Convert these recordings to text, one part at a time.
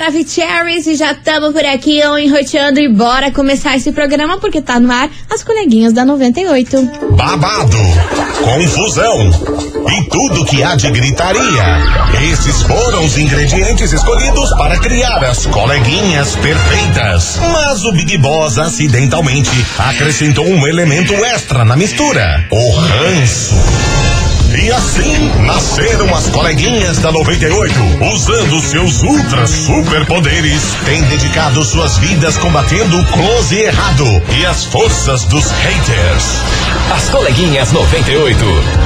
Maravicheries, e já estamos por aqui enroteando e bora começar esse programa porque tá no ar as coleguinhas da 98. Babado, confusão e tudo que há de gritaria. Esses foram os ingredientes escolhidos para criar as coleguinhas perfeitas. Mas o Big Boss acidentalmente acrescentou um elemento extra na mistura: o ranço. E assim nasceram as coleguinhas da 98, usando seus ultra superpoderes, têm dedicado suas vidas combatendo o close e errado e as forças dos haters. As coleguinhas 98.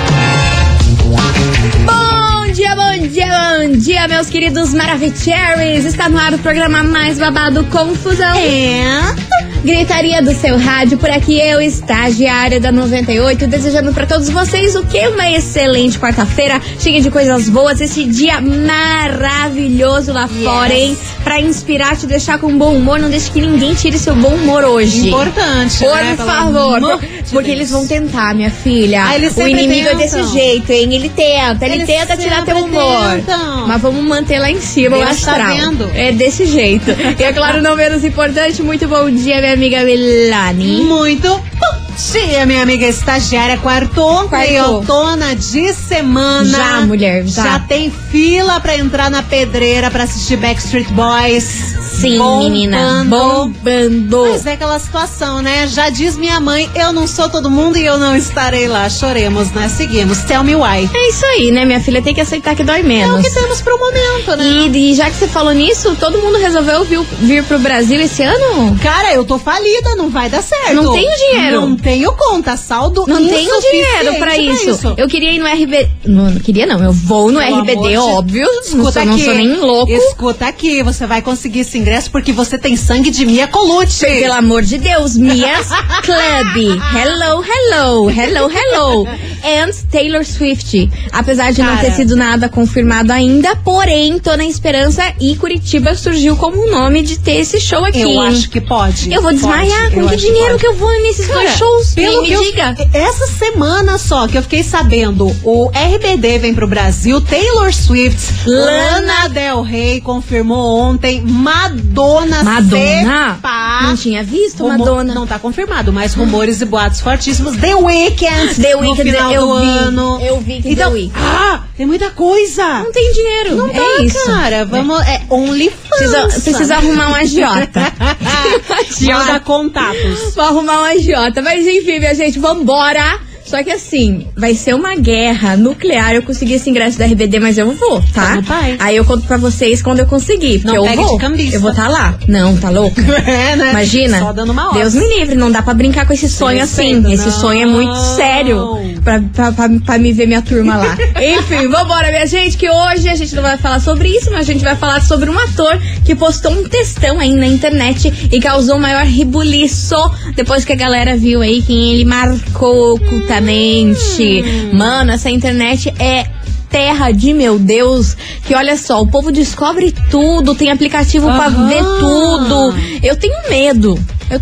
Bom dia, meus queridos Maravicheries. Está no ar o programa mais babado, Confusão. Gritaria do seu rádio, por aqui eu, estagiária da 98, desejando pra todos vocês o que? Uma excelente quarta-feira, cheia de coisas boas, esse dia maravilhoso lá fora, hein? Pra inspirar, te deixar com bom humor, não deixe que ninguém tire seu bom humor hoje. Importante, por né? favor, porque eles vão tentar, minha filha. O inimigo tentam. É desse jeito, hein? Ele tenta tirar teu humor. Tentam. Mas vamos manter lá em cima o astral. Tá vendo? É desse jeito. E é claro, não menos importante, muito bom dia, minha amiga Milani. Muito bom dia, minha amiga estagiária. Quartou. Outono de semana. Já, mulher, já tem fila pra entrar na pedreira pra assistir Backstreet Boys. Sim, menina, bombando. Mas é aquela situação, né? Já diz minha mãe, eu não sou todo mundo e eu não estarei lá. Choremos, né? Seguimos. Tell me why. É isso aí, né, minha filha? Tem que aceitar que dói menos. É o que temos pro momento, né? E já que você falou nisso, todo mundo resolveu vir pro Brasil esse ano? Cara, eu tô falida, não vai dar certo. Não tenho dinheiro. Não tenho conta, saldo não tenho dinheiro pra isso. Eu queria ir no RBD. Não queria não, eu vou no RBD, óbvio. Escuta não aqui, sou nem louco. Escuta aqui, você vai conseguir esse ingresso porque você tem sangue de Mia Colucci. Pelo amor de Deus, Mia's Club. Hello. And Taylor Swift. Apesar de não ter sido nada confirmado ainda, porém, tô na esperança e Curitiba surgiu como um nome de ter esse show aqui. Eu acho que pode. Eu vou desmaiar. Com que dinheiro que eu vou nesses dois shows? Pelo me diga. Essa semana só que eu fiquei sabendo, o RBD vem pro Brasil, Taylor Swift, Lana Del Rey confirmou ontem, Madonna. Não tinha visto Madonna. Não tá confirmado, mas rumores e boatos fortíssimos. The Weeknd no final do ano. Eu vi que então, The Weeknd. Tem muita coisa. Não tem dinheiro. Não dá, isso. Cara. Vamos, OnlyFans. Precisa arrumar um agiota. Manda contatos. Vou arrumar um agiota. Mas enfim, minha gente, vambora. Só que assim, vai ser uma guerra nuclear. Eu consegui esse ingresso da RBD, mas eu vou, tá? Aí eu conto pra vocês quando eu conseguir. Porque não eu vou. Eu vou estar lá. Não, tá louca? É, né? Imagina. Só dando uma hora. Deus me livre, não dá pra brincar com esse sonho assim. Esse sonho é muito sério pra me ver minha turma lá. Enfim, vambora, minha gente, que hoje a gente não vai falar sobre isso, mas a gente vai falar sobre um ator que postou um textão aí na internet e causou o maior rebuliço depois que a galera viu aí quem ele marcou ocultamente. Mano, essa internet é terra de meu Deus, que olha só, o povo descobre tudo, tem aplicativo pra ver tudo. Eu tenho medo,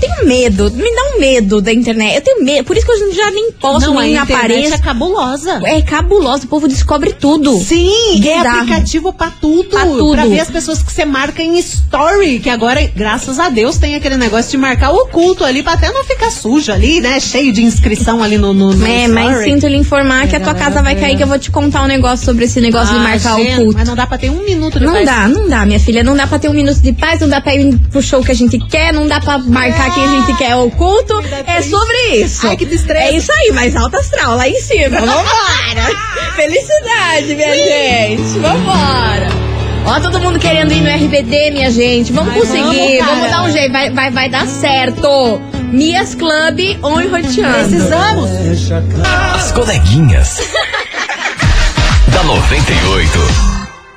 me dá um medo da internet, eu tenho medo, por isso que eu já nem posto, nem apareço. É cabulosa. É cabulosa, o povo descobre tudo. Sim, é aplicativo pra tudo. Pra ver as pessoas que você marca em story, que agora, graças a Deus, tem aquele negócio de marcar oculto ali, pra até não ficar sujo ali, né, cheio de inscrição ali no story. Mas sinto lhe informar que a tua casa vai cair, que eu vou te contar um negócio sobre esse negócio de marcar oculto. Mas não dá pra ter um minuto de paz. Não dá, minha filha, não dá pra ter um minuto de paz, não dá pra ir pro show que a gente quer, não dá pra marcar quem a gente quer oculto. É sobre isso. Ai, que destreza. É isso aí, mais alta astral, lá em cima. Vambora. Felicidade, minha gente. Vambora. Ó, todo mundo querendo ir no RBD, minha gente. Vamos conseguir, vamos dar um jeito. Vai dar certo. Mia's Club, roteando. Precisamos. As coleguinhas da 98.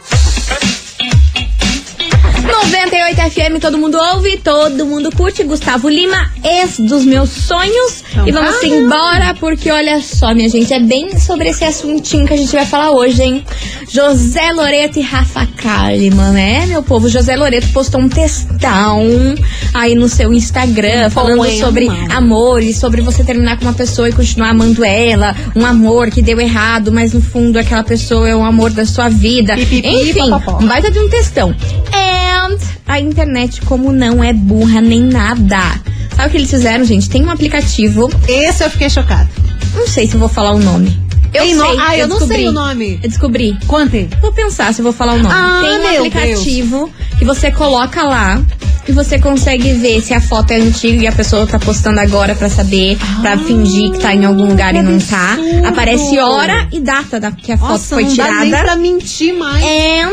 98 FM, todo mundo ouve, todo mundo curte. Gustavo Lima, ex dos meus sonhos. Então, e vamos embora, porque olha só, minha gente, é bem sobre esse assuntinho que a gente vai falar hoje, hein? José Loreto e Rafa Kalimann, né, meu povo? José Loreto postou um textão aí no seu Instagram, falando sobre amor e sobre você terminar com uma pessoa e continuar amando ela. Um amor que deu errado, mas no fundo aquela pessoa é o amor da sua vida. Enfim, um baita de um textão. And a internet, como não é burra nem nada. Sabe o que eles fizeram, gente? Tem um aplicativo. Esse eu fiquei chocada. Não sei se eu vou falar o nome. Eu não sei o nome. Eu descobri. Conte. Vou pensar se eu vou falar o nome. Tem um aplicativo que você coloca lá e você consegue ver se a foto é antiga e a pessoa tá postando agora pra saber, pra fingir que tá em algum lugar e não tá. Aparece hora e data que a foto foi tirada. Não dá nem pra mentir mais.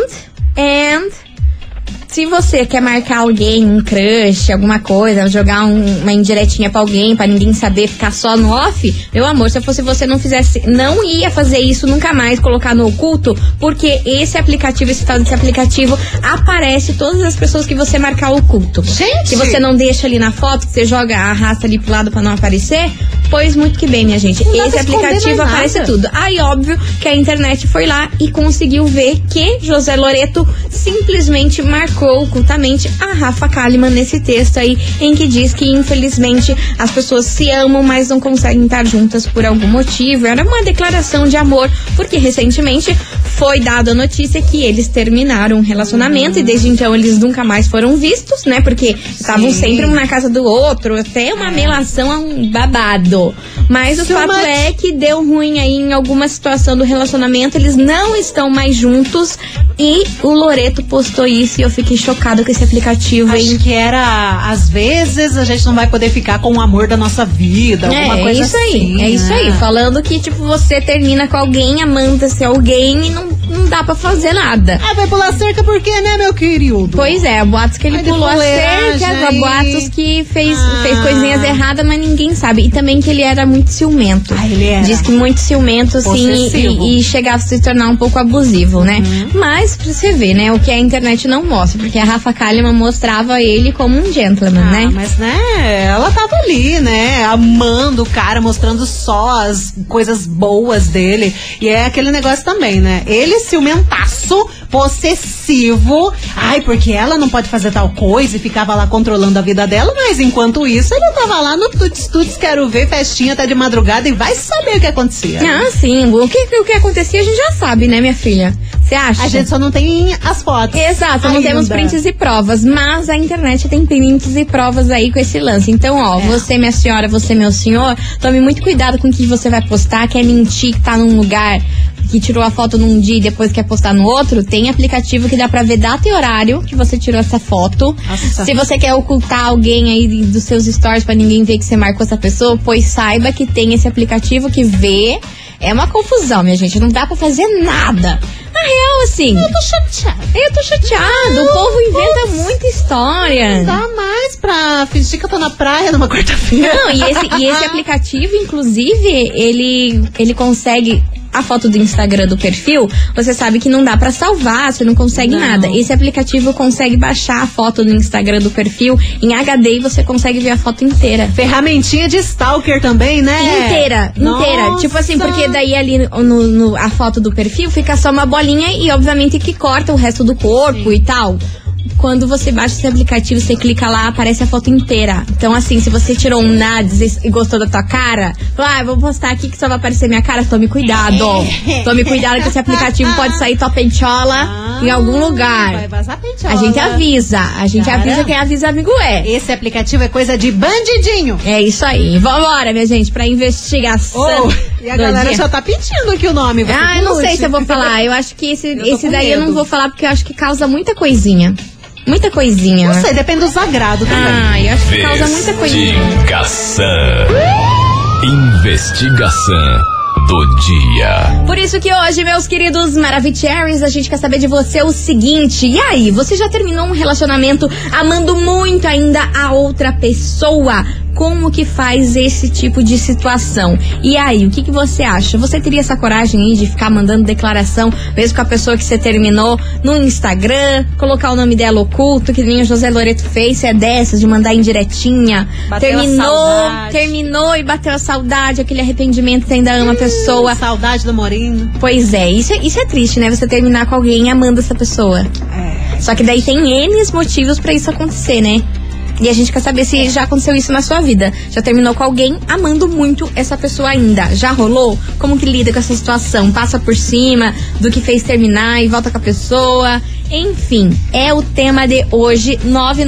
And se você quer marcar alguém, um crush, alguma coisa, jogar uma indiretinha pra alguém, pra ninguém saber, ficar só no off, meu amor, se eu fosse você, não ia fazer isso nunca mais, colocar no oculto, porque esse aplicativo, esse tal desse aplicativo, aparece todas as pessoas que você marcar oculto. Gente! Se você não deixa ali na foto, que você joga, arrasta ali pro lado pra não aparecer, pois muito que bem, minha gente. Esse aplicativo aparece tudo. Aí, óbvio, que a internet foi lá e conseguiu ver que José Loreto simplesmente marcou ocultamente a Rafa Kalimann nesse texto aí, em que diz que infelizmente as pessoas se amam, mas não conseguem estar juntas por algum motivo. Era uma declaração de amor, porque recentemente foi dada a notícia que eles terminaram um relacionamento e desde então eles nunca mais foram vistos, né? Porque estavam sempre um na casa do outro, até uma melação a um babado. Mas o fato é que deu ruim aí em alguma situação do relacionamento, eles não estão mais juntos e o Loreto postou isso e eu fiquei chocada com esse aplicativo. Acho que era, às vezes a gente não vai poder ficar com o amor da nossa vida, alguma coisa isso assim. É isso aí, falando que tipo, você termina com alguém, amando-se alguém e não dá pra fazer nada. Vai pular cerca por quê, né, meu querido? Pois é, boatos que ele pulou a cerca, boatos que fez coisinhas erradas, mas ninguém sabe. E também que ele era muito ciumento. Ele era. Diz que muito ciumento, assim, e chegava a se tornar um pouco abusivo, né? Mas, pra você ver, né, o que a internet não mostra, porque a Rafa Kalimann mostrava ele como um gentleman, né? Mas, né, ela tava ali, né, amando o cara, mostrando só as coisas boas dele. E é aquele negócio também, né? Ele ciumentaço, possessivo. Porque ela não pode fazer tal coisa e ficava lá controlando a vida dela, mas enquanto isso ele tava lá no Tuts, quero ver, festinha até de madrugada e vai saber o que acontecia. Sim, o que acontecia a gente já sabe, né, minha filha? Você acha? A gente só não tem as fotos. Exato, não temos prints e provas, mas a internet tem prints e provas aí com esse lance. Então, você, minha senhora, você, meu senhor, tome muito cuidado com o que você vai postar, quer mentir que tá num lugar que tirou a foto num dia e depois quer postar no outro, tem aplicativo que dá pra ver data e horário que você tirou essa foto. Nossa. Se você quer ocultar alguém aí dos seus stories pra ninguém ver que você marcou essa pessoa, pois saiba que tem esse aplicativo que vê. É uma confusão, minha gente, não dá pra fazer nada. Na real, assim... Eu tô chateada. O povo inventa muita história. Não dá mais pra fingir que eu tô na praia numa quarta-feira. Não, e esse aplicativo, inclusive, ele consegue... A foto do Instagram do perfil, você sabe que não dá pra salvar, você não consegue nada. Esse aplicativo consegue baixar a foto do Instagram do perfil em HD e você consegue ver a foto inteira. Ferramentinha de stalker também, né? Inteira. Tipo assim, porque daí ali a foto do perfil fica só uma bolinha e obviamente que corta o resto do corpo e tal. Quando você baixa esse aplicativo, você clica lá, aparece a foto inteira. Então, assim, se você tirou um nades e gostou da tua cara, eu vou postar aqui que só vai aparecer minha cara, tome cuidado. Tome cuidado que esse aplicativo pode sair tua penchola em algum lugar. Vai vazar penchola. A gente avisa. Avisa quem avisa, amigo é. Esse aplicativo é coisa de bandidinho. É isso aí. Vambora, minha gente, pra investigação. E a galera já tá pedindo aqui o nome. Eu não sei se eu vou falar. Eu acho que esse daí eu não vou falar porque eu acho que causa muita coisinha. Muita coisinha. Não sei, depende do sagrado também. Eu acho que causa muita coisinha. Investigação do dia. Por isso que hoje, meus queridos Maravicheries, a gente quer saber de você o seguinte: e aí, você já terminou um relacionamento amando muito ainda a outra pessoa? Como que faz esse tipo de situação? E aí, o que você acha? Você teria essa coragem aí de ficar mandando declaração, mesmo com a pessoa que você terminou, no Instagram, colocar o nome dela oculto, que nem o José Loreto fez, se é dessas, de mandar indiretinha. Terminou e bateu a saudade, aquele arrependimento que você ainda ama a pessoa. Saudade do Morinho. Pois é, isso é triste, né? Você terminar com alguém amando essa pessoa. Só que daí tem N motivos pra isso acontecer, né? E a gente quer saber se já aconteceu isso na sua vida. Já terminou com alguém amando muito essa pessoa ainda? Já rolou? Como que lida com essa situação? Passa por cima do que fez terminar e volta com a pessoa? Enfim, é o tema de hoje,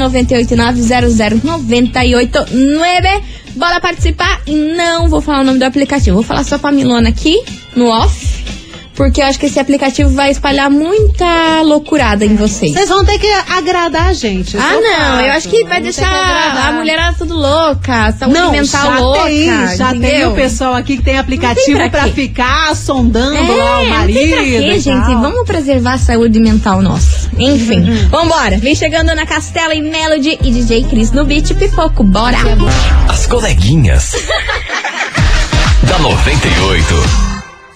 998900989. Bora participar e não vou falar o nome do aplicativo, vou falar só pra Milona aqui, no off. Porque eu acho que esse aplicativo vai espalhar muita loucurada em vocês. Vocês vão ter que agradar a gente. Não, eu acho que vai deixar a mulherada tudo louca, saúde mental louca. Já tem o pessoal aqui que tem aplicativo pra ficar sondando lá o marido. Gente, vamos preservar a saúde mental nossa. Enfim, vambora. Vem chegando Ana Castela e Melody e DJ Cris no beat pipoco. Bora! As coleguinhas da 98.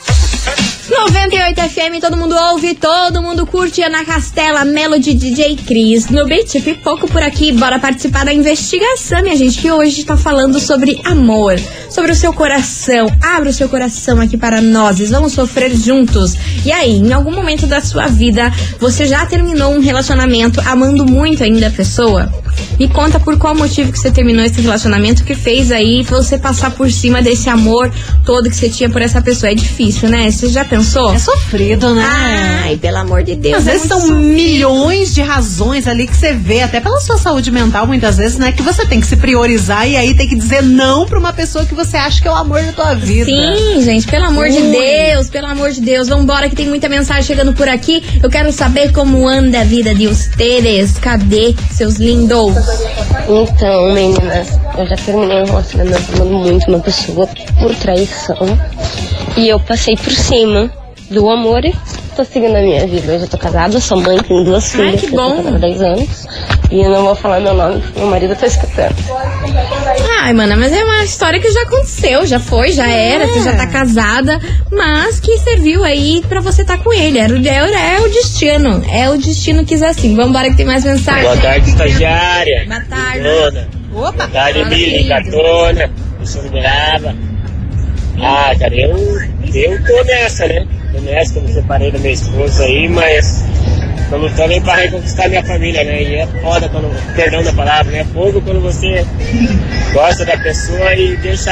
98 FM, todo mundo ouve, todo mundo curte. Ana Castela, Melody, DJ Cris no beat pipoco por aqui. Bora participar da investigação, minha gente, que hoje tá falando sobre amor, sobre o seu coração. Abra o seu coração aqui para nós, vamos sofrer juntos. E aí, em algum momento da sua vida, você já terminou um relacionamento amando muito ainda a pessoa? Me conta por qual motivo que você terminou esse relacionamento, que fez aí você passar por cima desse amor todo que você tinha por essa pessoa. É difícil, né? Você já pensou? É sofrido, né? Ai, pelo amor de Deus. Às vezes são milhões de razões ali que você vê, até pela sua saúde mental, muitas vezes, né? Que você tem que se priorizar e aí tem que dizer não pra uma pessoa que você acha que é o amor da tua vida. Sim, gente, pelo amor de Deus, pelo amor de Deus. Vambora que tem muita mensagem chegando por aqui. Eu quero saber como anda a vida de ustedes. Cadê seus lindos? Então, meninas, eu já terminei um relacionamento amando muito uma pessoa por traição. E eu passei por cima do amor e tô seguindo a minha vida. Eu já tô casada, sou mãe, tenho 2 filhas. Ai, que bom. Eu tô 10 anos. E eu não vou falar meu nome, porque meu marido tá escutando. Ai, mana, mas é uma história que já aconteceu, já foi, já era, você já tá casada, mas que serviu aí pra você tá com ele. É o destino. É o destino quis assim. Vambora que tem mais mensagem. Boa tarde, estagiária. Boa tarde. Dona. Opa! Boa tarde, Emília, Catona. Você liberava. Ah, cara, eu tô nessa, né? Tô nessa, que eu me separei da minha esposa aí, mas tô lutando aí pra reconquistar minha família, né? E é foda quando, perdão da palavra, né? É fogo quando você gosta da pessoa e deixa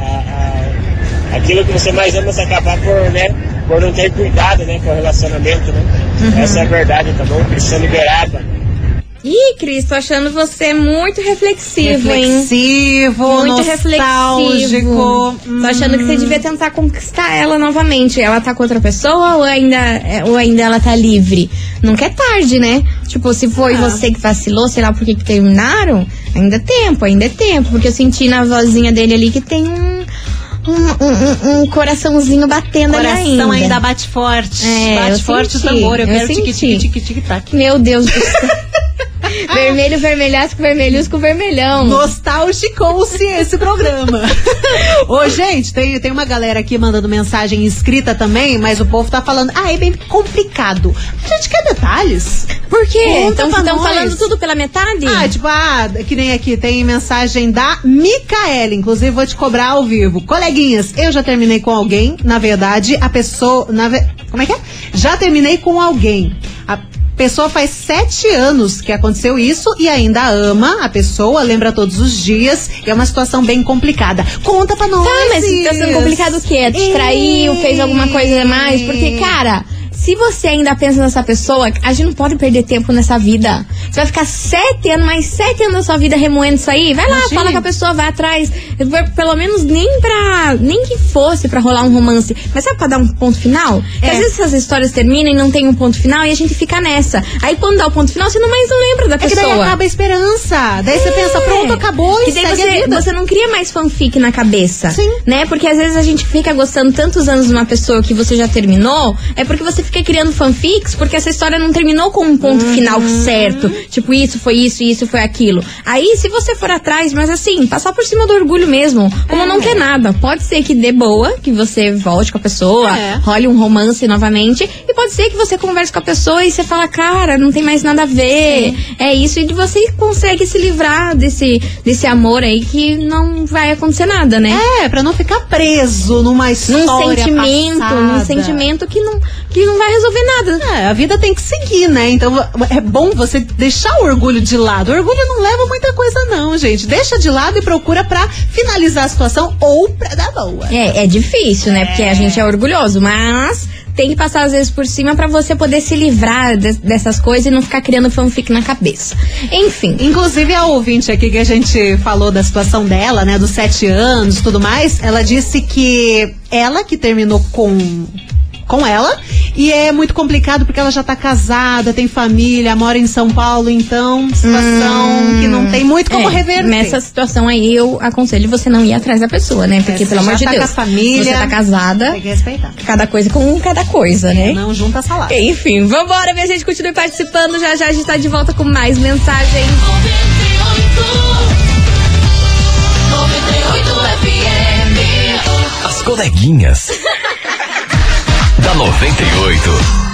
aquilo que você mais ama se acabar por não ter cuidado, né? Com o relacionamento, né? Essa é a verdade, tá bom? Cristiano Beraba. Ih, Cris, tô achando você muito reflexivo, hein? Muito nostálgico. Tô achando que você devia tentar conquistar ela novamente. Ela tá com outra pessoa ou ainda ela tá livre? Nunca é tarde, né? Tipo, se foi você que vacilou, sei lá por que terminaram, ainda é tempo. Porque eu senti na vozinha dele ali que tem um coraçãozinho batendo ali ainda. Coração ainda bate forte. Bate forte o tambor. Eu quero tique-tique-tique-tac. Meu Deus do céu. Vermelho, vermelhasco, vermelhusco, vermelhão. Nostálgico-se esse programa. Ô, gente, tem uma galera aqui mandando mensagem escrita também, mas o povo tá falando, é bem complicado. A gente quer detalhes. Por quê? Estão falando tudo pela metade? Que nem aqui, tem mensagem da Micaela, inclusive vou te cobrar ao vivo. Coleguinhas, eu já terminei com alguém, na verdade, a pessoa... Como é que é? Já terminei com alguém. A pessoa faz 7 anos que aconteceu isso e ainda ama a pessoa, lembra todos os dias, e é uma situação bem complicada. Conta pra nós. Mas situação complicada o quê? Te traiu, fez alguma coisa a mais? Porque, cara, se você ainda pensa nessa pessoa, a gente não pode perder tempo nessa vida. Você vai ficar 7 anos, mais 7 anos da sua vida remoendo isso aí? Vai lá, imagina. Fala com a pessoa, vai atrás. Pelo menos nem que fosse pra rolar um romance. Mas sabe pra dar um ponto final? Porque às vezes essas histórias terminam e não tem um ponto final e a gente fica nessa. Aí quando dá o ponto final, você não lembra da pessoa. Que daí acaba a esperança. Daí você pensa, pronto, acabou. E daí você não cria mais fanfic na cabeça. Sim. Né? Porque às vezes a gente fica gostando tantos anos de uma pessoa que você já terminou, é porque você fica criando fanfics, porque essa história não terminou com um ponto final certo. Tipo, isso foi isso, isso foi aquilo. Aí, se você for atrás, mas assim, passar por cima do orgulho mesmo, como não quer nada. Pode ser que dê boa, que você volte com a pessoa, role um romance novamente, e pode ser que você converse com a pessoa e você fala, cara, não tem mais nada a ver. Sim. É isso, e você consegue se livrar desse amor aí que não vai acontecer nada, né? Pra não ficar preso num sentimento que que não vai resolver nada. A vida tem que seguir, né? Então é bom você deixar o orgulho de lado. O orgulho não leva muita coisa não, gente. Deixa de lado e procura pra finalizar a situação ou pra dar boa. É difícil, né? Porque a gente é orgulhoso, mas tem que passar às vezes por cima pra você poder se livrar dessas coisas e não ficar criando fanfic na cabeça. Enfim. Inclusive a ouvinte aqui que a gente falou da situação dela, né? Dos 7 anos e tudo mais, ela disse que ela que terminou com ela, e é muito complicado porque ela já tá casada, tem família, mora em São Paulo, então situação que não tem muito como reverter. Nessa situação aí eu aconselho você não ir atrás da pessoa, né? Porque pelo amor de Deus, com a família, você tá casada, tem que respeitar. Cada coisa com cada coisa, né? Não junta salada. Enfim, vambora, minha gente, continue participando, já a gente tá de volta com mais mensagens. 98 FM. As coleguinhas da 98.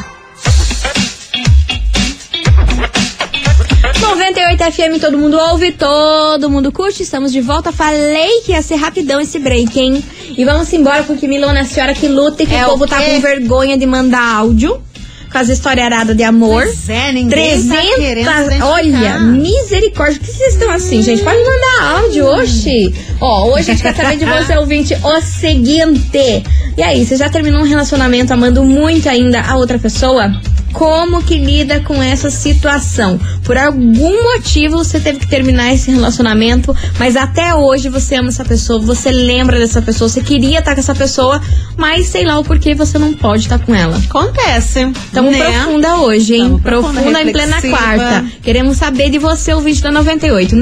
98 FM, todo mundo ouve, todo mundo curte. Estamos de volta. Falei que ia ser rapidão esse break, hein? E vamos embora, porque Milona, a senhora que luta e que o povo tá com vergonha de mandar áudio com as historiaradas de amor. Pois é, ninguém 300, tá querendo olha, misericórdia. Por que vocês estão assim, gente? Pode mandar áudio, oxi. Ó, hoje a gente quer saber de você, ouvinte, o seguinte. E aí, você já terminou um relacionamento amando muito ainda a outra pessoa? Como que lida com essa situação? Por algum motivo você teve que terminar esse relacionamento, mas até hoje você ama essa pessoa, você lembra dessa pessoa, você queria estar com essa pessoa, mas sei lá o porquê você não pode estar com ela. Acontece. Estamos profunda hoje, hein? Tamo profunda em plena quarta. Queremos saber de você, ouvinte da 98.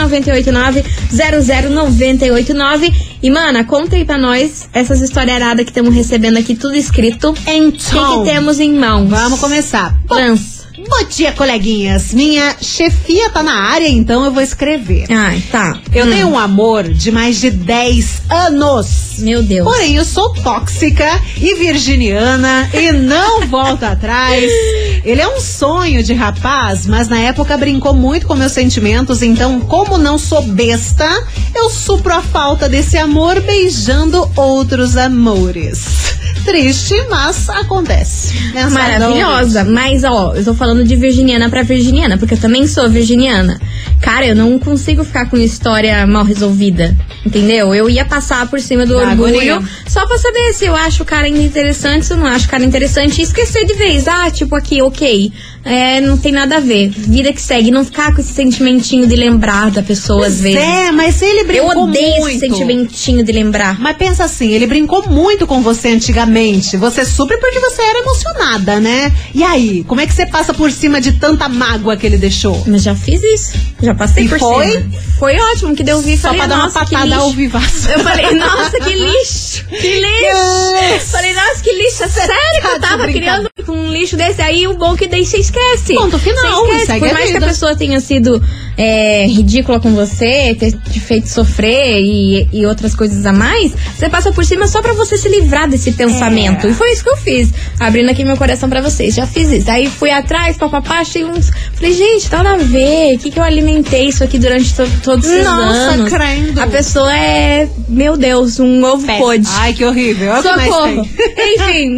998900989. E, mana, conta aí pra nós essas historiaradas que estamos recebendo aqui, tudo escrito. Então, o que temos em mãos? Vamos começar. Lança. Bom dia, coleguinhas. Minha chefia tá na área, então eu vou escrever. Ai, tá. Eu tenho um amor de mais de 10 anos. Meu Deus. Porém, eu sou tóxica e virginiana e não volto atrás. Ele é um sonho de rapaz, mas na época brincou muito com meus sentimentos, então, como não sou besta, eu supro a falta desse amor beijando outros amores. Triste, mas acontece. Maravilhosa. Mas, ó, eu tô falando de virginiana pra virginiana, porque eu também sou virginiana. Cara, eu não consigo ficar com história mal resolvida, entendeu? Eu ia passar por cima do orgulho só pra saber se eu acho o cara interessante, se eu não acho o cara interessante, e esquecer de vez. Tipo aqui, ok. Não tem nada a ver. Vida que segue. Não ficar com esse sentimentinho de lembrar da pessoa às vezes. Mas ele brincou muito. Eu odeio esse sentimentinho de lembrar. Mas pensa assim, ele brincou muito com você antigamente. Você supre porque você era emocionada, né? E aí, como é que você passa por cima de tanta mágoa que ele deixou? Mas já fiz isso. Já passei por cima. Foi ótimo, que deu ouvir. Só pra dar uma patada ao vivaço. Eu falei, nossa, que lixo. Que lixo. Falei, nossa, que lixo. Sério que eu tava criando com um lixo desse? Aí o bom que daí você esquece. Ponto final. Você esquece. Por mais que a pessoa tenha sido ridícula com você, ter te feito sofrer e outras coisas a mais, você passa por cima só pra você se livrar desse pensamento. E foi isso que eu fiz. Abrindo aqui meu coração pra vocês. Já fiz isso. Aí fui atrás, papapá, achei uns... Falei, gente, tá nada a ver. O que eu alimentei isso aqui durante todos esses anos? Nossa, crendo. A pessoa é, meu Deus, um ovo podre. Ai, que horrível. Socorro. Enfim,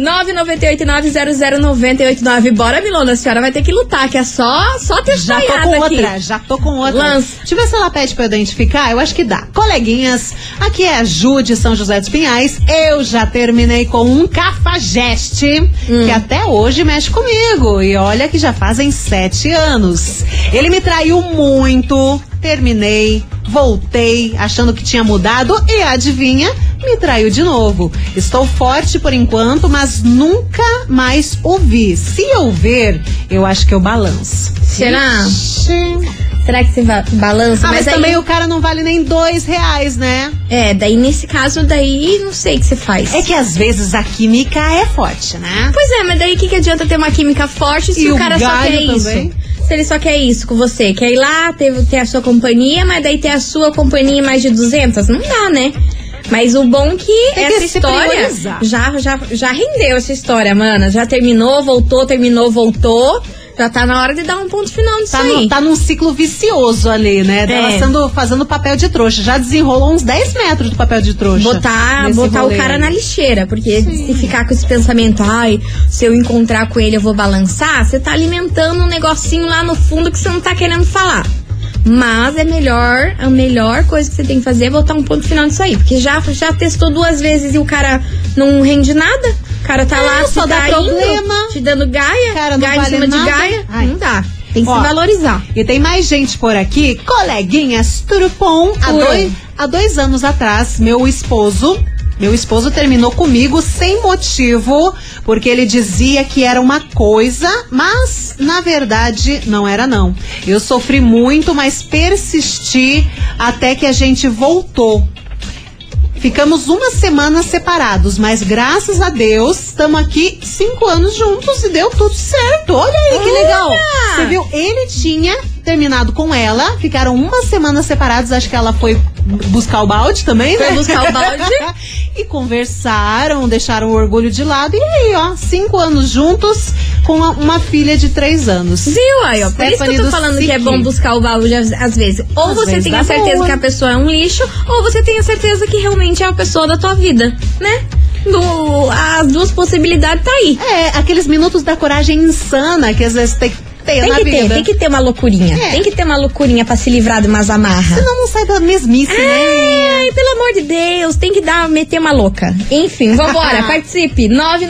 998900989. Bora, Milona, a senhora vai ter que lutar, que é só ter Já tô com outra. Lança. Deixa eu ver se ela pede pra eu identificar. Eu acho que dá. Coleguinhas, aqui é a Ju de São José dos Pinhais. Eu já terminei com um cafajeste que até hoje mexe comigo. E olha que já fazem 7 anos. Ele me traiu muito. Terminei, voltei, achando que tinha mudado e adivinha, me traiu de novo. Estou forte por enquanto, mas nunca mais o vi. Se eu ver, eu acho que eu balanço. Será? Será que você balança? Mas também o cara não vale nem R$2, né? Daí nesse caso, daí não sei o que você faz. É que às vezes a química é forte, né? Pois mas daí o que adianta ter uma química forte se o cara só quer isso? Também. Se ele só quer isso com você, quer ir lá, ter a sua companhia, mas daí ter a sua companhia mais de 200, não dá, né? Mas o bom que essa história já rendeu essa história, mana. Já terminou, voltou. Já tá na hora de dar um ponto final nisso aí. Tá num ciclo vicioso ali, né? Dela fazendo papel de trouxa. Já desenrolou uns 10 metros de papel de trouxa. Botar o cara na lixeira. Porque se ficar com esse pensamento, se eu encontrar com ele eu vou balançar, você tá alimentando um negocinho lá no fundo que você não tá querendo falar. Mas a melhor coisa que você tem que fazer é botar um ponto final nisso aí. Porque já testou 2 vezes e o cara não rende nada. O cara tá lá só dá problema, te dando gaia em cima de gaia. Não dá. Tem que se valorizar. E tem mais gente por aqui. Coleguinhas, turupom. Há 2 anos atrás, meu esposo terminou comigo sem motivo, porque ele dizia que era uma coisa, mas na verdade não era não. Eu sofri muito, mas persisti até que a gente voltou. Ficamos 1 semana separados, mas graças a Deus estamos aqui 5 anos juntos e deu tudo certo. Olha aí que legal. Você viu? Ele tinha terminado com ela, ficaram 1 semana separados, acho que ela foi buscar o balde também, né? Foi buscar o balde. E conversaram, deixaram o orgulho de lado. E aí, 5 anos juntos com uma filha de 3 anos. Viu aí, ó? Por isso que eu tô falando que é bom buscar o balde às vezes. Ou você tem a certeza que a pessoa é um lixo, ou você tem a certeza que realmente é a pessoa da tua vida, né? As 2 possibilidades tá aí. Aqueles minutos da coragem insana que às vezes tem que ter uma loucurinha. Tem que ter uma loucurinha pra se livrar de umas amarras. Senão não sai da mesmice, né? Ai, pelo amor de Deus, tem que meter uma louca. Enfim, vambora, participe.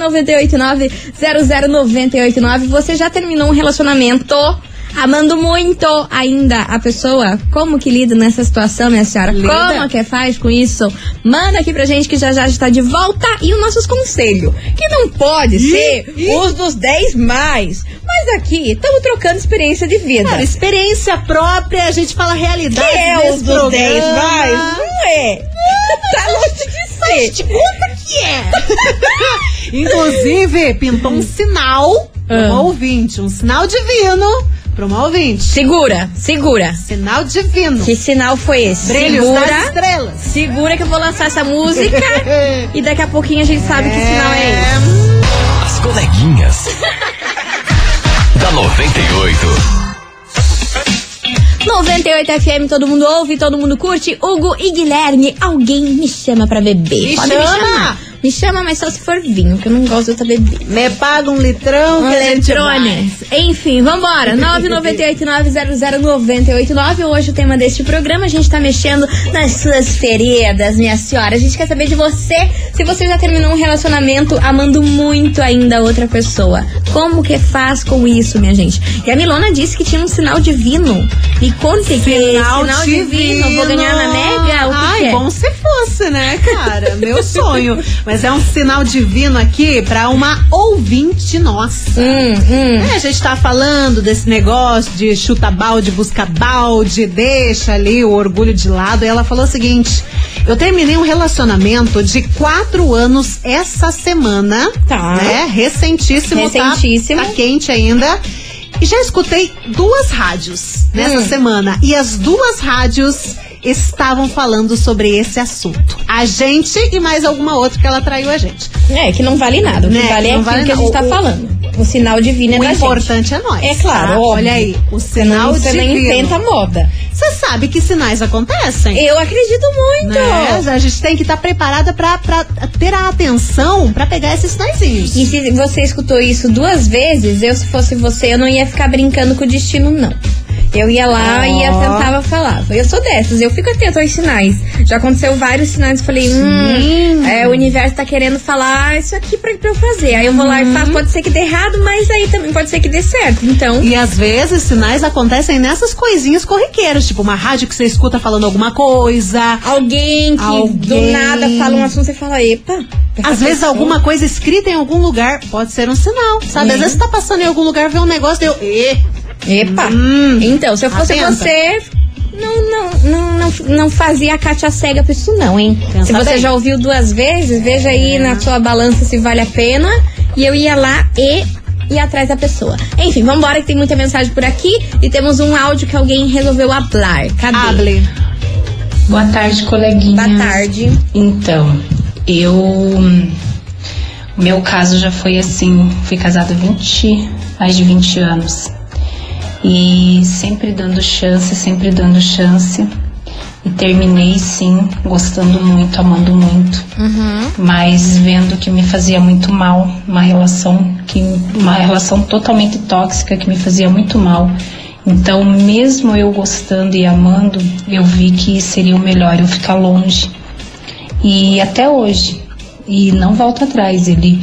998900989. Você já terminou um relacionamento amando muito ainda a pessoa? Como que lida nessa situação, minha senhora? Como que faz com isso? Manda aqui pra gente que já está de volta. E os nossos conselhos, que não pode ser os dos 10 mais. Mas aqui, estamos trocando experiência de vida. Cara, experiência própria, a gente fala realidade. Que é os dos 10 mais? Não é? Tá longe de ser. Te conta que é. Inclusive, pintou um sinal para um ouvinte, um sinal divino para uma ouvinte. Segura. Sinal divino. Que sinal foi esse? Brilhos das estrelas. Segura que eu vou lançar essa música e daqui a pouquinho a gente sabe que sinal é esse. As coleguinhas da 98. 98 FM, todo mundo ouve, todo mundo curte. Hugo e Guilherme, alguém me chama pra beber. Pode me chamar. Me chama, mas só se for vinho, que eu não gosto de outra bebida. Me paga um litrão que eletrônicos. Enfim, vambora. 998900989. Hoje o tema deste programa, a gente tá mexendo nas suas feridas, minha senhora. A gente quer saber de você, se você já terminou um relacionamento amando muito ainda a outra pessoa. Como que faz com isso, minha gente? E a Milona disse que tinha um sinal divino. Me conte que sinal divino. Vou ganhar na Mega? O que é? Bom se fosse, né, cara? Meu sonho. Mas é um sinal divino aqui pra uma ouvinte nossa. A gente tá falando desse negócio de chuta balde, busca balde, deixa ali o orgulho de lado. E ela falou o seguinte: eu terminei um relacionamento de 4 anos essa semana. Tá. Né? Recentíssimo. Tá quente ainda. E já escutei 2 rádios nessa semana. E as 2 rádios estavam falando sobre esse assunto. A gente e mais alguma outra que ela traiu a gente. Que não vale nada. O que vale é aquilo que a gente tá falando. O sinal divino é da gente. O importante é nós. É claro. Tá? Olha aí, o sinal divino. Você nem inventa moda. Você sabe que sinais acontecem? Eu acredito muito. Né? A gente tem que estar preparada pra ter a atenção pra pegar esses sinaizinhos. E se você escutou isso 2 vezes, se fosse você, eu não ia ficar brincando com o destino, não. Eu ia lá e tentava falar. Eu sou dessas, eu fico atento aos sinais. Já aconteceu vários sinais, eu falei, o universo tá querendo falar isso aqui pra eu fazer. Aí eu vou lá e faço, pode ser que dê errado, mas aí também pode ser que dê certo, então... E às vezes sinais acontecem nessas coisinhas corriqueiras, tipo uma rádio que você escuta falando alguma coisa. Alguém que do nada fala um assunto e você fala, epa... Às vezes alguma coisa escrita em algum lugar pode ser um sinal, sabe? Às vezes você tá passando em algum lugar, vê um negócio, Epa! Então, se eu fosse você, não fazia a Kátia cega pra isso não, hein? Se você já ouviu 2 vezes, veja aí na sua balança se vale a pena. E eu ia lá e ir atrás da pessoa. Enfim, vambora que tem muita mensagem por aqui. E temos um áudio que alguém resolveu hablar. Cadê? Hable. Boa tarde, coleguinha. Boa tarde. Então, eu Meu caso já foi assim, fui casada há mais de 20 anos. E sempre dando chance. E terminei, sim, gostando muito, amando muito. Mas vendo que me fazia muito mal, uma relação totalmente tóxica que me fazia muito mal. Então, mesmo eu gostando e amando, eu vi que seria o melhor eu ficar longe. E até hoje, e não volto atrás, ele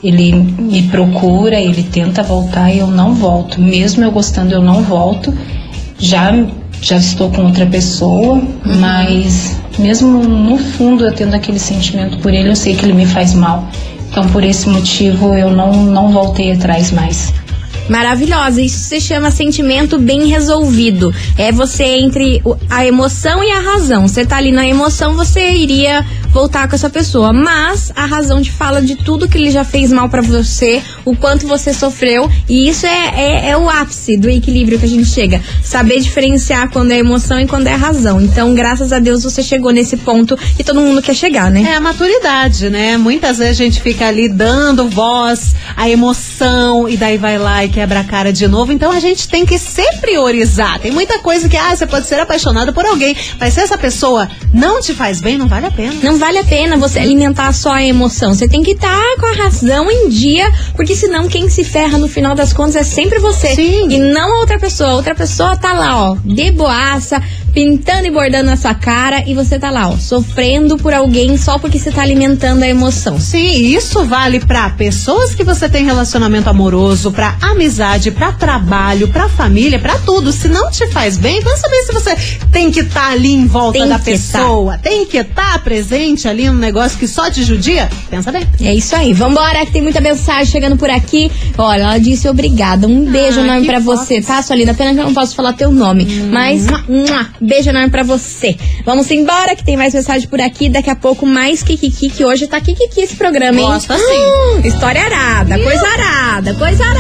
me procura, ele tenta voltar e eu não volto. Mesmo eu gostando, eu não volto. Já estou com outra pessoa, mas mesmo no fundo eu tendo aquele sentimento por ele, eu sei que ele me faz mal. Então, por esse motivo, eu não voltei atrás mais. Maravilhosa, isso se chama sentimento bem resolvido. É você entre a emoção e a razão. Você tá ali na emoção, você iria voltar com essa pessoa, mas a razão te fala de tudo que ele já fez mal pra você, o quanto você sofreu, e isso é o ápice do equilíbrio que a gente chega. Saber diferenciar quando é emoção e quando é razão. Então, graças a Deus, você chegou nesse ponto que todo mundo quer chegar, né? É a maturidade, né? Muitas vezes a gente fica ali dando voz à emoção e daí vai lá e quebra a cara de novo. Então a gente tem que se priorizar. Tem muita coisa que, você pode ser apaixonado por alguém, mas se essa pessoa não te faz bem, não vale a pena. Não vale a pena você alimentar só a emoção. Você tem que estar com a razão em dia, porque senão quem se ferra no final das contas é sempre você. Sim. E não a outra pessoa. A outra pessoa tá lá, de boaça, pintando e bordando na sua cara, e você tá lá, sofrendo por alguém só porque você tá alimentando a emoção. Sim, isso vale pra pessoas que você tem relacionamento amoroso, pra amizade, pra trabalho, pra família, pra tudo. Se não te faz bem, vai saber se você tem que estar ali em volta da pessoa, tem que estar presente ali num negócio que só te judia. Pensa bem. É isso aí, vambora, que tem muita mensagem chegando por aqui. Olha, ela disse obrigada, um beijo enorme pra você, tá, sua linda? Pena que eu não posso falar teu nome, mas beijo enorme pra você. Vamos embora, que tem mais mensagem por aqui. Daqui a pouco mais Kikiki, que hoje tá Kikiki esse programa, hein? Gosto assim. História arada, coisa arada.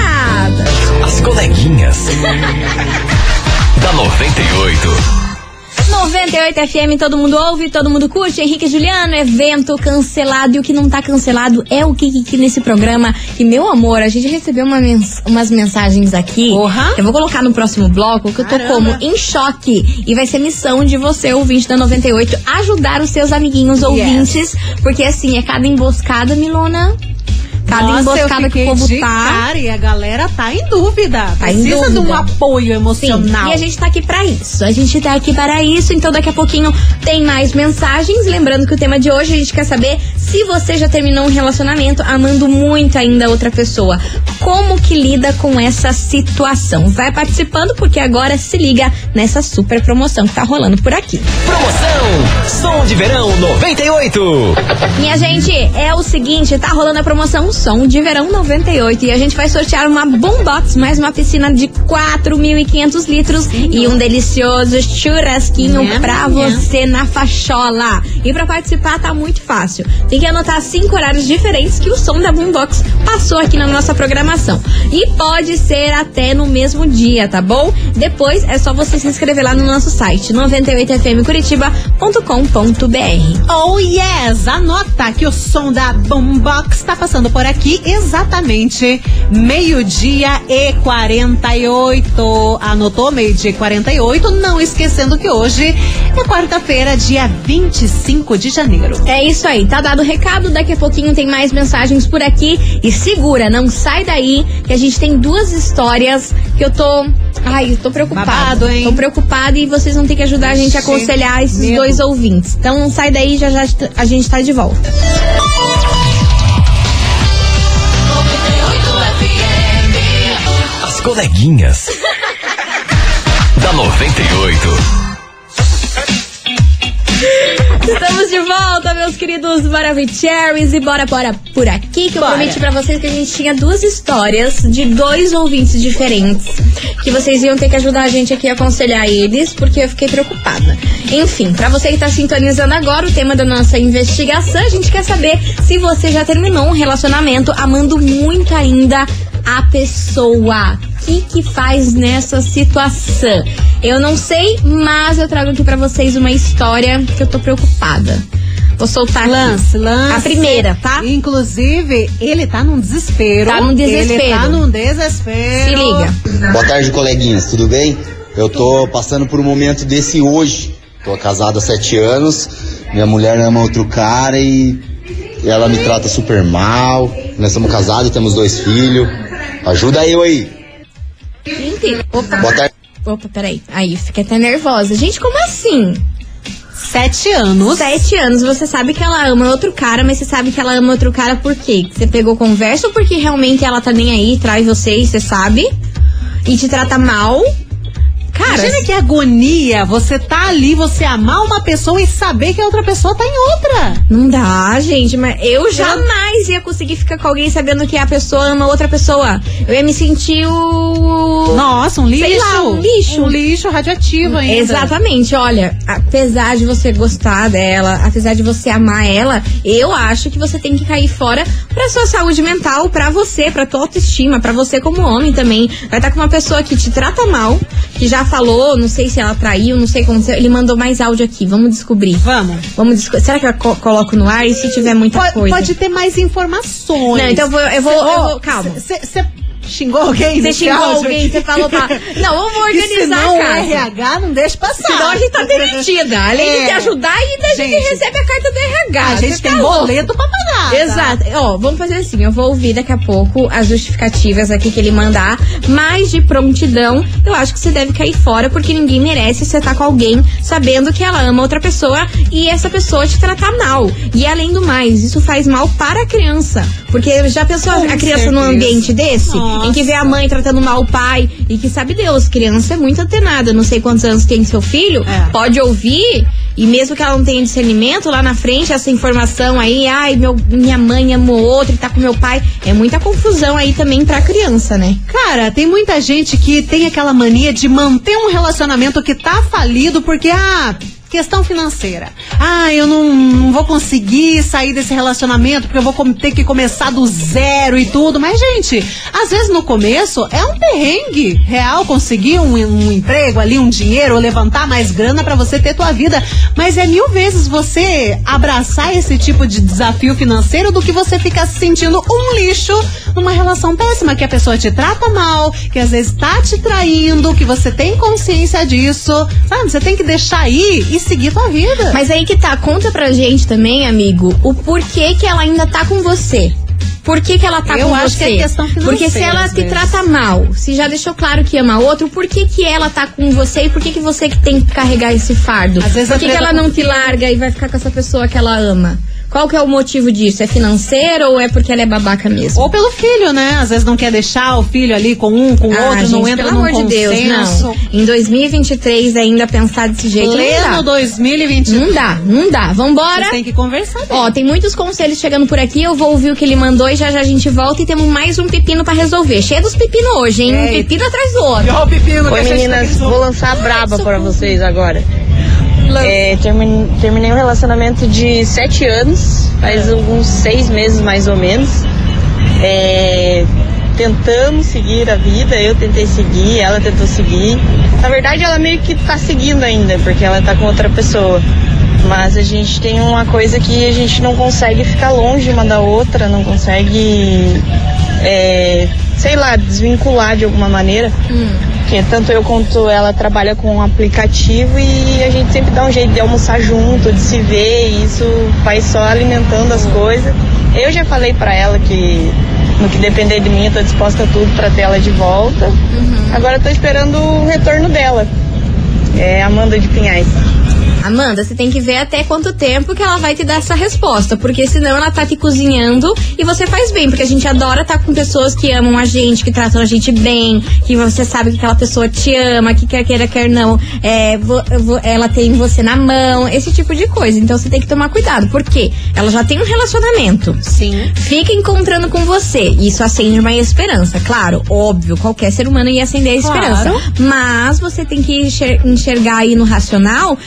As coleguinhas da 98. 98 FM, todo mundo ouve, todo mundo curte. Henrique e Juliano, evento cancelado. E o que não tá cancelado é o Kikiki nesse programa. E, meu amor, a gente recebeu umas mensagens aqui. Eu vou colocar no próximo bloco, que eu tô como em choque. E vai ser missão de você, ouvinte da 98, ajudar os seus amiguinhos ouvintes. Porque, assim, é cada emboscada, Milona. Cada emboscada que o povo tá. Cara, e a galera tá em dúvida. Precisa de um apoio emocional. Sim, e a gente tá aqui pra isso. Então daqui a pouquinho tem mais mensagens. Lembrando que o tema de hoje a gente quer saber se você já terminou um relacionamento amando muito ainda outra pessoa. Como que lida com essa situação? Vai participando, porque agora se liga nessa super promoção que tá rolando por aqui. Promoção Som de Verão 98. Minha gente, é o seguinte, tá rolando a promoção Som de Verão 98 e a gente vai sortear uma boombox, mais uma piscina de 4.500 litros e um delicioso churrasquinho pra você na fachola. E pra participar tá muito fácil. Tem que anotar 5 horários diferentes que o som da boombox passou aqui na nossa programação. E pode ser até no mesmo dia, tá bom? Depois é só você se inscrever lá no nosso site 98fmcuritiba.com.br. Oh yes, anota que o som da boombox tá passando por aqui exatamente 12:48. Anotou? 12:48. Não esquecendo que hoje é quarta-feira, dia 25 de janeiro. É isso aí, tá dado o recado. Daqui a pouquinho tem mais mensagens por aqui. E segura, não sai daí, que a gente tem 2 histórias que eu tô preocupada. Babado, hein? Tô preocupada e vocês vão ter que ajudar a gente a aconselhar esses 2 ouvintes. Então não sai daí, já a gente tá de volta. As coleguinhas da 98. Estamos de volta, meus queridos Maravicheries, e bora por aqui, que eu prometi pra vocês que a gente tinha 2 histórias de 2 ouvintes diferentes, que vocês iam ter que ajudar a gente aqui a aconselhar eles, porque eu fiquei preocupada. Enfim, pra você que tá sintonizando agora o tema da nossa investigação, a gente quer saber se você já terminou um relacionamento amando muito ainda a pessoa. O que faz nessa situação? Eu não sei, mas eu trago aqui pra vocês uma história que eu tô preocupada. Vou soltar Lance. a primeira, tá? Inclusive, ele tá num desespero. Tá num desespero. Ele tá num desespero. Se liga. Boa tarde, coleguinhas, tudo bem? Eu tô passando por um momento desse hoje. Tô casado há 7 anos, minha mulher ama outro cara e ela me trata super mal. Nós somos casados e temos 2 filhos. Ajuda eu aí. Gente, opa. Boa tarde. Opa, peraí. Aí, fiquei até nervosa. Gente, como assim? 7 anos. 7 anos, você sabe que ela ama outro cara, mas você sabe que ela ama outro cara por quê? Você pegou conversa ou porque realmente ela tá nem aí, trai você e você sabe? E te trata mal? Cara, imagina que agonia você tá ali, você amar uma pessoa e saber que a outra pessoa tá em outra. Não dá, gente, mas eu jamais ia conseguir ficar com alguém sabendo que a pessoa ama outra pessoa. Eu ia me sentir Nossa, um lixo. Sei lá, um lixo. Um lixo radioativo ainda. Exatamente, olha, apesar de você gostar dela, apesar de você amar ela, eu acho que você tem que cair fora pra sua saúde mental, pra você, pra tua autoestima, pra você como homem também. Vai estar com uma pessoa que te trata mal, que já falou, não sei se ela traiu, não sei como. Ele mandou mais áudio aqui, vamos descobrir. Vamos descobrir. Será que eu coloco no ar? E se tiver muita coisa? Pode ter mais informações. Não, então eu vou calma. Você xingou alguém? Você xingou alguém, você falou pra... Não, vamos organizar senão a casa. o RH não deixa passar. Senão a gente tá demitida. Além de te ajudar, ainda a gente recebe a carta do RH. A gente tem boleto pra pagar. Exato. Ó, vamos fazer assim, eu vou ouvir daqui a pouco as justificativas aqui que ele mandar, mas de prontidão, eu acho que você deve cair fora, porque ninguém merece você estar com alguém sabendo que ela ama outra pessoa e essa pessoa te tratar mal. E além do mais, isso faz mal para a criança. Porque já pensou a criança num ambiente desse? Nossa. Em que vê a mãe tratando mal o pai e que sabe Deus, criança é muito antenada, não sei quantos anos tem seu filho, pode ouvir e mesmo que ela não tenha discernimento, lá na frente essa informação aí, minha mãe amou outro e tá com meu pai, é muita confusão aí também pra criança, né? Cara, tem muita gente que tem aquela mania de manter um relacionamento que tá falido porque, questão financeira. Eu não vou conseguir sair desse relacionamento porque eu vou ter que começar do zero e tudo. Mas, gente, às vezes no começo é um perrengue real conseguir um emprego ali, um dinheiro, ou levantar mais grana pra você ter tua vida. Mas é 1000 vezes você abraçar esse tipo de desafio financeiro do que você ficar se sentindo um lixo numa relação péssima, que a pessoa te trata mal, que às vezes tá te traindo, que você tem consciência disso, sabe? Você tem que deixar ir e seguir tua vida. Mas aí que tá, conta pra gente também, amigo, o porquê que ela ainda tá com você. Por que ela tá com você? Eu acho que é questão financeira. Porque se ela te trata mal, se já deixou claro que ama outro, por que ela tá com você e por que você que tem que carregar esse fardo? Às vezes por que ela não te larga e vai ficar com essa pessoa que ela ama? Qual que é o motivo disso? É financeiro ou é porque ela é babaca mesmo? Ou pelo filho, né? Às vezes não quer deixar o filho ali com um, com outro, gente, não entra num consenso. Pelo amor de Deus, não. Em 2023 ainda pensar desse jeito Pleno não dá. 2023. Não dá. Vambora. Você tem que conversar bem. Ó, tem muitos conselhos chegando por aqui, eu vou ouvir o que ele mandou e já a gente volta e temos mais um pepino pra resolver. Cheio dos pepinos hoje, hein? Um pepino atrás do outro. Oi, meninas, vou lançar a braba para vocês agora. Terminei um relacionamento de 7 anos, faz alguns 6 meses mais ou menos. Tentamos seguir a vida, eu tentei seguir, ela tentou seguir. Na verdade, ela meio que tá seguindo ainda, porque ela tá com outra pessoa. Mas a gente tem uma coisa que a gente não consegue ficar longe uma da outra, não consegue, desvincular de alguma maneira. Porque tanto eu quanto ela trabalha com um aplicativo e a gente sempre dá um jeito de almoçar junto, de se ver, e isso vai só alimentando as coisas. Eu já falei pra ela que no que depender de mim eu tô disposta a tudo pra ter ela de volta. Agora eu tô esperando o retorno dela. Amanda de Pinhais. Amanda, você tem que ver até quanto tempo que ela vai te dar essa resposta, porque senão ela tá te cozinhando e você faz bem, porque a gente adora estar com pessoas que amam a gente, que tratam a gente bem, que você sabe que aquela pessoa te ama, que quer queira, quer não, ela tem você na mão, esse tipo de coisa. Então você tem que tomar cuidado, porque ela já tem um relacionamento. Sim. Fica encontrando com você, isso acende uma esperança, claro, óbvio, qualquer ser humano ia acender a esperança, mas você tem que enxergar aí no racional se talvez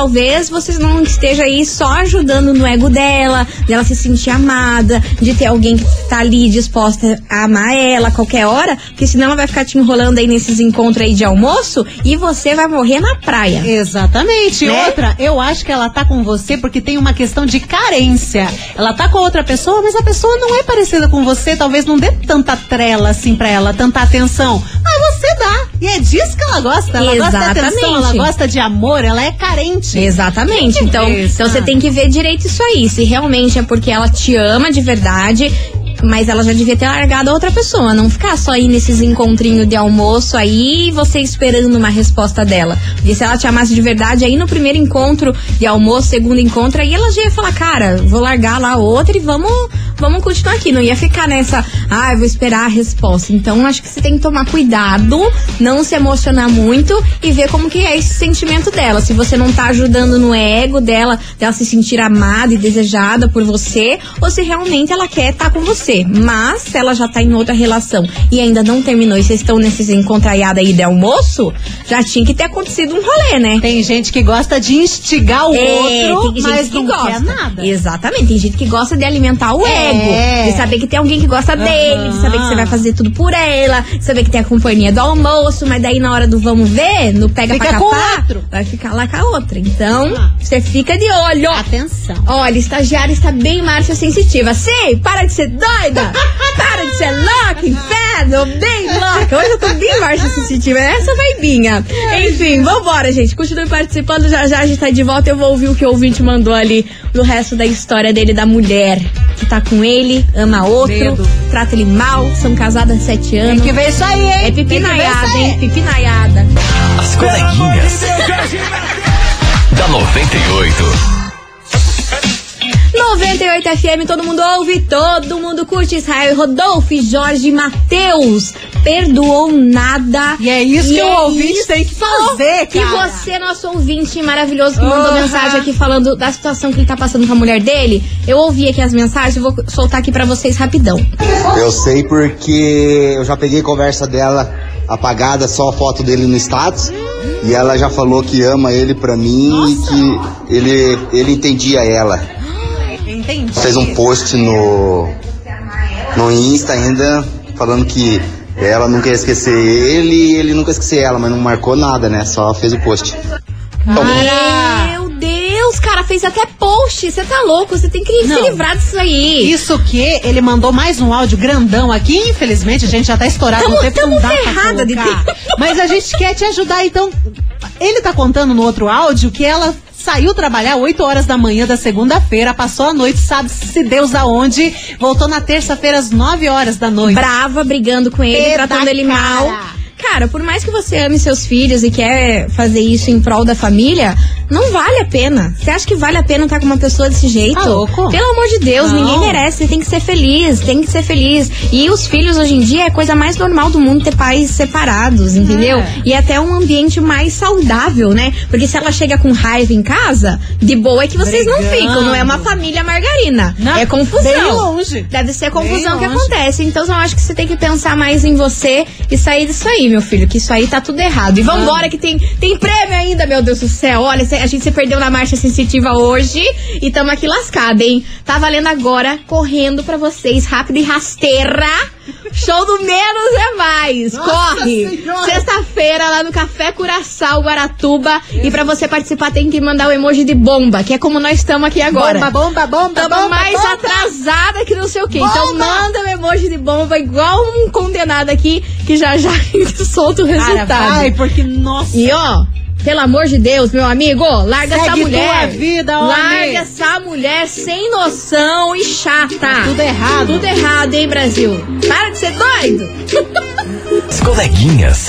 talvez você não esteja aí só ajudando no ego dela se sentir amada, de ter alguém que tá ali disposta a amar ela a qualquer hora, porque senão ela vai ficar te enrolando aí nesses encontros aí de almoço e você vai morrer na praia. Exatamente. Né? Outra, eu acho que ela tá com você porque tem uma questão de carência. Ela tá com outra pessoa, mas a pessoa não é parecida com você, talvez não dê tanta trela assim pra ela, tanta atenção. Mas você dá. E é disso que ela gosta. Ela gosta de atenção, ela gosta de amor, ela é carente. Exatamente. Então você tem que ver direito isso aí. Se realmente é porque ela te ama de verdade, mas ela já devia ter largado a outra pessoa. Não ficar só aí nesses encontrinhos de almoço aí, você esperando uma resposta dela. Porque se ela te amasse de verdade, aí no primeiro encontro de almoço, segundo encontro, aí ela já ia falar, cara, vou largar lá a outra e vamos continuar aqui. Não ia ficar nessa, eu vou esperar a resposta. Então acho que você tem que tomar cuidado, não se emocionar muito e ver como que é esse sentimento dela. Se você não tá ajudando no ego dela se sentir amada e desejada por você, ou se realmente ela quer estar com você. Mas se ela já tá em outra relação e ainda não terminou e vocês estão nesses encontraiados aí de almoço, já tinha que ter acontecido um rolê, né? Tem gente que gosta de instigar o outro, mas não quer nada. Exatamente, tem gente que gosta de alimentar o ego, de saber que tem alguém que gosta dele, de saber que você vai fazer tudo por ela, de saber que tem a companhia do almoço, mas daí na hora do vamos ver, no pega pra capar, vai ficar lá com a outra. Então, você fica de olho. Atenção. Olha, estagiária está bem Márcia sensitiva. Sim, para de ser doida. Para de ser louca, inferno, bem louca. Hoje eu tô bem Márcia sensitiva, essa vaibinha. Enfim, vambora, gente. Continue participando, já a gente tá de volta. Eu vou ouvir o que o ouvinte mandou ali no resto da história dele, da mulher que tá com ele, ama outro, trata ele mal, são casadas há 7 anos. Tem que ver isso aí, hein? É pipinaiada, hein? Pipinaiada. As coleguinhas da 98. 98 FM, todo mundo ouve, todo mundo curte. Israel, Rodolfo, Jorge, Matheus, perdoou nada. E é isso que o ouvinte tem que fazer, cara. E você, nosso ouvinte maravilhoso, que mandou mensagem aqui falando da situação que ele tá passando com a mulher dele. Eu ouvi aqui as mensagens, eu vou soltar aqui pra vocês rapidão. Eu sei porque eu já peguei conversa dela apagada, só a foto dele no status. E ela já falou que ama ele pra mim. Nossa. E que ele entendia ela. Entendi. Fez um post no Insta ainda, falando que ela nunca ia esquecer ele e ele nunca ia esquecer ela, mas não marcou nada, né? Só fez o post. Meu Deus, cara, fez até post. Você tá louco, você tem que se livrar disso aí. Isso que ele mandou mais um áudio grandão aqui. Infelizmente, a gente já tá estourado no tempo, não dá pra colocar. Mas a gente quer te ajudar, então. Ele tá contando no outro áudio que ela saiu trabalhar 8 horas da manhã da segunda-feira, passou a noite, sabe-se Deus aonde, voltou na terça-feira às 9 horas da noite. Brava, brigando com ele, tratando ele mal. Cara, por mais que você ame seus filhos e quer fazer isso em prol da família, não vale a pena. Você acha que vale a pena estar com uma pessoa desse jeito? Tá louco? Pelo amor de Deus, ninguém merece. Você tem que ser feliz, E os filhos hoje em dia é a coisa mais normal do mundo ter pais separados, entendeu? E até um ambiente mais saudável, né? Porque se ela chega com raiva em casa, de boa é que vocês não ficam, não é uma família margarina. Não, é confusão. Bem longe. Deve ser confusão que acontece. Então eu acho que você tem que pensar mais em você e sair disso aí, meu filho, que isso aí tá tudo errado. E vambora que tem prêmio ainda, meu Deus do céu. Olha, a gente se perdeu na marcha sensitiva hoje e tamo aqui lascada, hein? Tá valendo agora, correndo pra vocês, rápido e rasteira. Show do Menos é Mais. Nossa, corre! Sexta-feira lá no Café Curaçao, Guaratuba. E pra você participar tem que mandar o emoji de bomba, que é como nós estamos aqui agora. Bomba. Tamo mais atrasada que não sei o quê. Então manda o emoji de bomba igual um condenado aqui, que já solta o resultado. Cara, vai, porque, nossa... E ó... Pelo amor de Deus, meu amigo, larga essa mulher. Tua vida, larga essa mulher sem noção e chata. Tudo errado. Tudo errado, hein, Brasil? Para de ser doido. As coleguinhas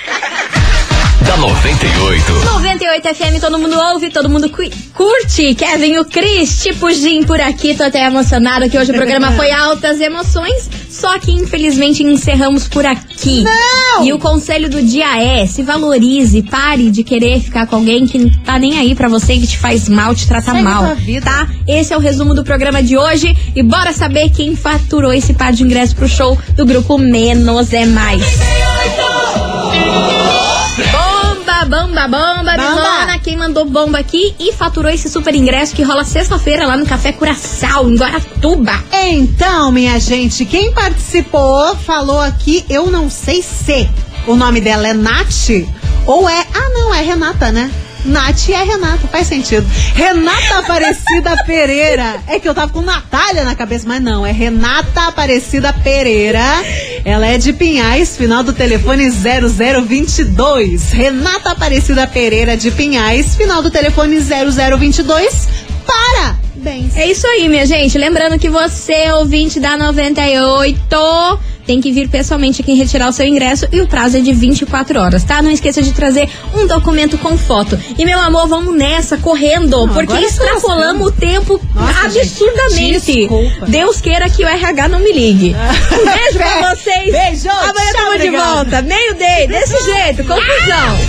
da 98. 98 FM, todo mundo ouve, todo mundo curte. Kevin, o Cris, tipo Jim por aqui. Tô até emocionada que hoje o programa foi altas emoções. Só que infelizmente encerramos por aqui. Não! E o conselho do dia é: se valorize, pare de querer ficar com alguém que não tá nem aí pra você, que te faz mal, te trata mal, tá? Esse é o resumo do programa de hoje. E bora saber quem faturou esse par de ingressos pro show do grupo Menos é Mais. Bomba! Milona, quem mandou bomba aqui e faturou esse super ingresso que rola sexta-feira lá no Café Curaçao, em Guaratuba. Então, minha gente, quem participou falou aqui, eu não sei se o nome dela é Nath ou é... Ah, não, é Renata, né? Nath é Renata, faz sentido. Renata Aparecida Pereira. É que eu tava com Natália na cabeça, mas não, é Renata Aparecida Pereira. Ela é de Pinhais, final do telefone 0022. Renata Aparecida Pereira de Pinhais, final do telefone 0022. Parabéns. É isso aí, minha gente. Lembrando que você, ouvinte da 98, tem que vir pessoalmente aqui retirar o seu ingresso e o prazo é de 24 horas, tá? Não esqueça de trazer um documento com foto. E, meu amor, vamos nessa, correndo, porque extrapolamos o tempo absurdamente. Gente, Deus queira que o RH não me ligue. Um beijo pra vocês. Beijo. Amanhã estamos de volta. Meio-day, desse jeito. Confusão.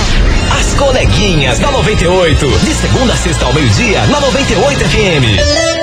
As coleguinhas da 98. De segunda a sexta ao meio-dia, na 98 FM.